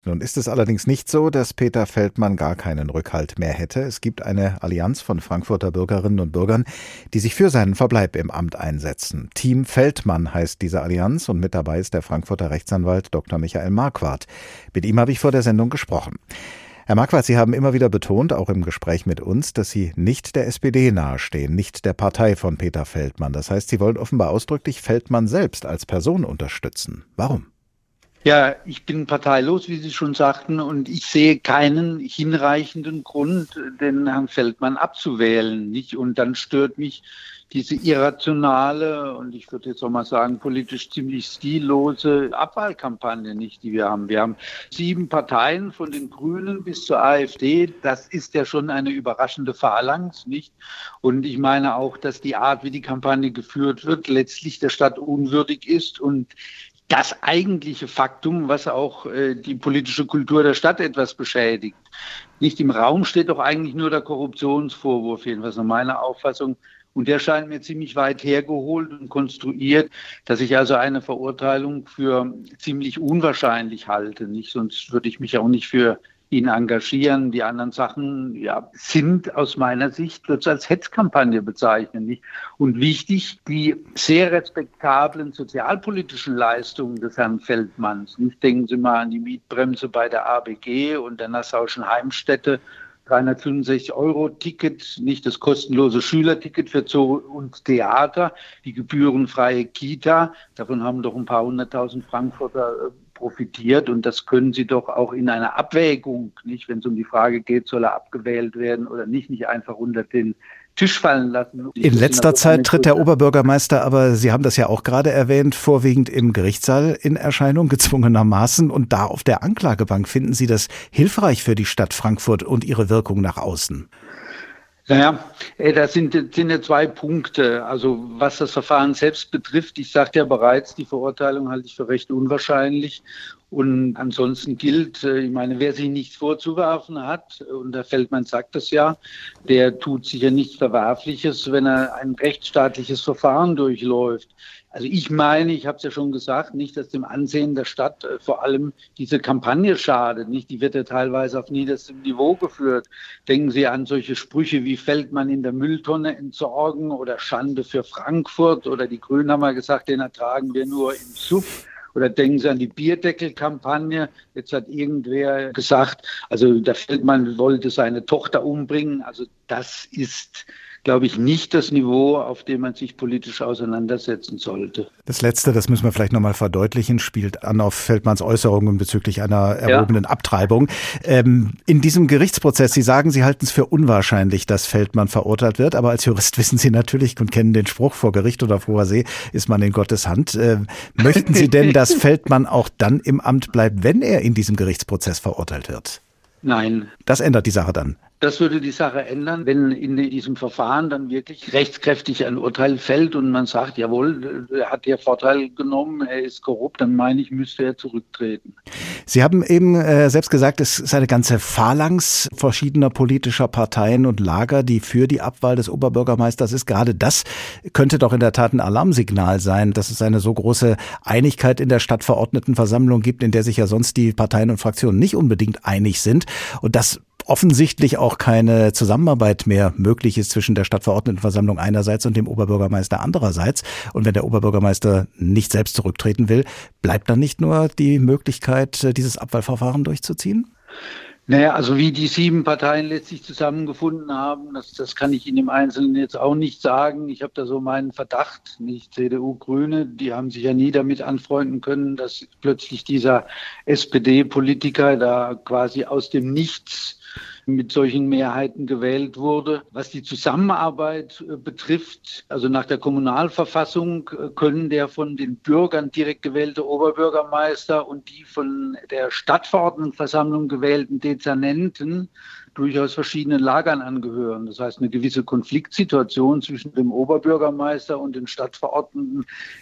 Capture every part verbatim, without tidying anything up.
Nun ist es allerdings nicht so, dass Peter Veltman gar keinen Rückhalt mehr hätte. Es gibt eine Allianz von Frankfurter Bürgerinnen und Bürgern, die sich für seinen Verbleib im Amt einsetzen. Team Veltman heißt diese Allianz und mit dabei ist der Frankfurter Rechtsanwalt Doktor Michael Marquardt. Mit ihm habe ich vor der Sendung gesprochen. Herr Marquardt, Sie haben immer wieder betont, auch im Gespräch mit uns, dass Sie nicht der S P D nahestehen, nicht der Partei von Peter Veltman. Das heißt, Sie wollen offenbar ausdrücklich Veltman selbst als Person unterstützen. Warum? Ja, ich bin parteilos, wie Sie schon sagten, und ich sehe keinen hinreichenden Grund, den Herrn Veltman abzuwählen, nicht? Und dann stört mich diese irrationale und ich würde jetzt auch mal sagen politisch ziemlich stillose Abwahlkampagne nicht, die wir haben. Wir haben sieben Parteien von den Grünen bis zur AfD. Das ist ja schon eine überraschende Phalanx, nicht? Und ich meine auch, dass die Art, wie die Kampagne geführt wird, letztlich der Stadt unwürdig ist und das eigentliche Faktum, was auch äh, die politische Kultur der Stadt etwas beschädigt. Nicht im Raum steht doch eigentlich nur der Korruptionsvorwurf, jedenfalls nach meiner Auffassung. Und der scheint mir ziemlich weit hergeholt und konstruiert, dass ich also eine Verurteilung für ziemlich unwahrscheinlich halte. Nicht? Sonst würde ich mich auch nicht für ihn engagieren. Die anderen Sachen ja, sind aus meiner Sicht wird als Hetzkampagne bezeichnen. Nicht? Und wichtig, die sehr respektablen sozialpolitischen Leistungen des Herrn Veltmans. Nicht? Denken Sie mal an die Mietbremse bei der A B G und der Nassauischen Heimstätte, dreihundertfünfundsechzig Euro Ticket, nicht das kostenlose Schülerticket für Zoo und Theater, die gebührenfreie Kita. Davon haben doch ein paar hunderttausend Frankfurter profitiert und das können Sie doch auch in einer Abwägung, nicht, wenn es um die Frage geht, soll er abgewählt werden oder nicht, nicht einfach unter den Tisch fallen lassen. In letzter Zeit tritt der Oberbürgermeister, aber Sie haben das ja auch gerade erwähnt, vorwiegend im Gerichtssaal in Erscheinung, gezwungenermaßen. Und da auf der Anklagebank, finden Sie das hilfreich für die Stadt Frankfurt und ihre Wirkung nach außen? Naja, das sind, sind ja zwei Punkte. Also was das Verfahren selbst betrifft, ich sagte ja bereits, die Verurteilung halte ich für recht unwahrscheinlich. Und ansonsten gilt, ich meine, wer sich nichts vorzuwerfen hat, und der Veltman sagt das ja, der tut sicher nichts Verwerfliches, wenn er ein rechtsstaatliches Verfahren durchläuft. Also ich meine, ich habe es ja schon gesagt, nicht, dass dem Ansehen der Stadt äh, vor allem diese Kampagne schadet. Nicht, die wird ja teilweise auf niederstem Niveau geführt. Denken Sie an solche Sprüche wie Veltman in der Mülltonne entsorgen oder Schande für Frankfurt oder die Grünen haben ja gesagt, den ertragen wir nur im Suff. Oder denken Sie an die Bierdeckelkampagne. Jetzt hat irgendwer gesagt, also der Veltman wollte seine Tochter umbringen. Also das ist, glaube ich, nicht das Niveau, auf dem man sich politisch auseinandersetzen sollte. Das Letzte, das müssen wir vielleicht nochmal verdeutlichen, spielt an auf Veltmans Äußerungen bezüglich einer erwogenen ja. Abtreibung. Ähm, in diesem Gerichtsprozess, Sie sagen, Sie halten es für unwahrscheinlich, dass Veltman verurteilt wird, aber als Jurist wissen Sie natürlich und kennen den Spruch, vor Gericht oder auf hoher See ist man in Gottes Hand. Äh, möchten Sie denn, dass Veltman auch dann im Amt bleibt, wenn er in diesem Gerichtsprozess verurteilt wird? Nein. Das ändert die Sache dann. Das würde die Sache ändern, wenn in diesem Verfahren dann wirklich rechtskräftig ein Urteil fällt und man sagt, jawohl, er hat ja Vorteil genommen, er ist korrupt, dann meine ich, müsste er zurücktreten. Sie haben eben äh, selbst gesagt, es ist eine ganze Phalanx verschiedener politischer Parteien und Lager, die für die Abwahl des Oberbürgermeisters ist. Gerade das könnte doch in der Tat ein Alarmsignal sein, dass es eine so große Einigkeit in der Stadtverordnetenversammlung gibt, in der sich ja sonst die Parteien und Fraktionen nicht unbedingt einig sind und das offensichtlich auch keine Zusammenarbeit mehr möglich ist zwischen der Stadtverordnetenversammlung einerseits und dem Oberbürgermeister andererseits. Und wenn der Oberbürgermeister nicht selbst zurücktreten will, bleibt dann nicht nur die Möglichkeit, dieses Abwahlverfahren durchzuziehen? Naja, also wie die sieben Parteien letztlich zusammengefunden haben, das, das kann ich Ihnen im Einzelnen jetzt auch nicht sagen. Ich habe da so meinen Verdacht, nicht C D U, Grüne, die haben sich ja nie damit anfreunden können, dass plötzlich dieser S P D-Politiker da quasi aus dem Nichts mit solchen Mehrheiten gewählt wurde. Was die Zusammenarbeit äh, betrifft, also nach der Kommunalverfassung äh, können der von den Bürgern direkt gewählte Oberbürgermeister und die von der Stadtverordnetenversammlung gewählten Dezernenten durchaus verschiedenen Lagern angehören. Das heißt, eine gewisse Konfliktsituation zwischen dem Oberbürgermeister und den Stadtverordneten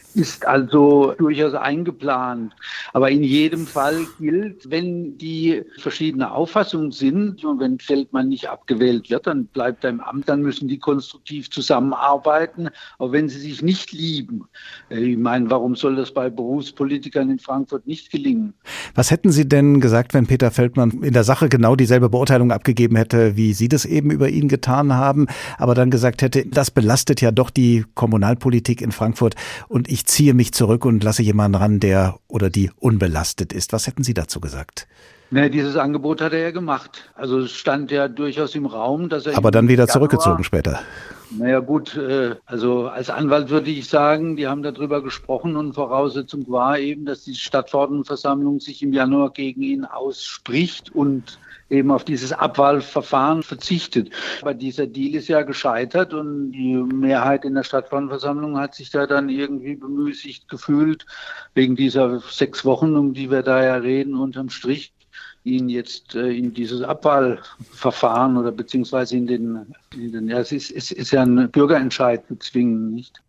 ist also durchaus eingeplant. Aber in jedem Fall gilt, wenn die verschiedene Auffassungen sind und wenn Feldmann nicht abgewählt wird, dann bleibt er im Amt, dann müssen die konstruktiv zusammenarbeiten, auch wenn sie sich nicht lieben. Ich meine, warum soll das bei Berufspolitikern in Frankfurt nicht gelingen? Was hätten Sie denn gesagt, wenn Peter Feldmann in der Sache genau dieselbe Beurteilung abgegeben hätte, wie Sie das eben über ihn getan haben, aber dann gesagt hätte, das belastet ja doch die Kommunalpolitik in Frankfurt und ich ziehe mich zurück und lasse jemanden ran, der oder die unbelastet ist. Was hätten Sie dazu gesagt? Ne, dieses Angebot hat er ja gemacht. Also es stand ja durchaus im Raum, dass er... Aber dann wieder zurückgezogen später. Naja gut, also als Anwalt würde ich sagen, die haben darüber gesprochen und Voraussetzung war eben, dass die Stadtverordnetenversammlung sich im Januar gegen ihn ausspricht und eben auf dieses Abwahlverfahren verzichtet. Aber dieser Deal ist ja gescheitert und die Mehrheit in der Stadtverordnetenversammlung hat sich da dann irgendwie bemüßigt gefühlt, wegen dieser sechs Wochen, um die wir da ja reden, unterm Strich, ihn jetzt äh, in dieses Abwahlverfahren oder beziehungsweise in den, in den ja, es ist, es ist ja ein Bürgerentscheid zu zwingen, nicht?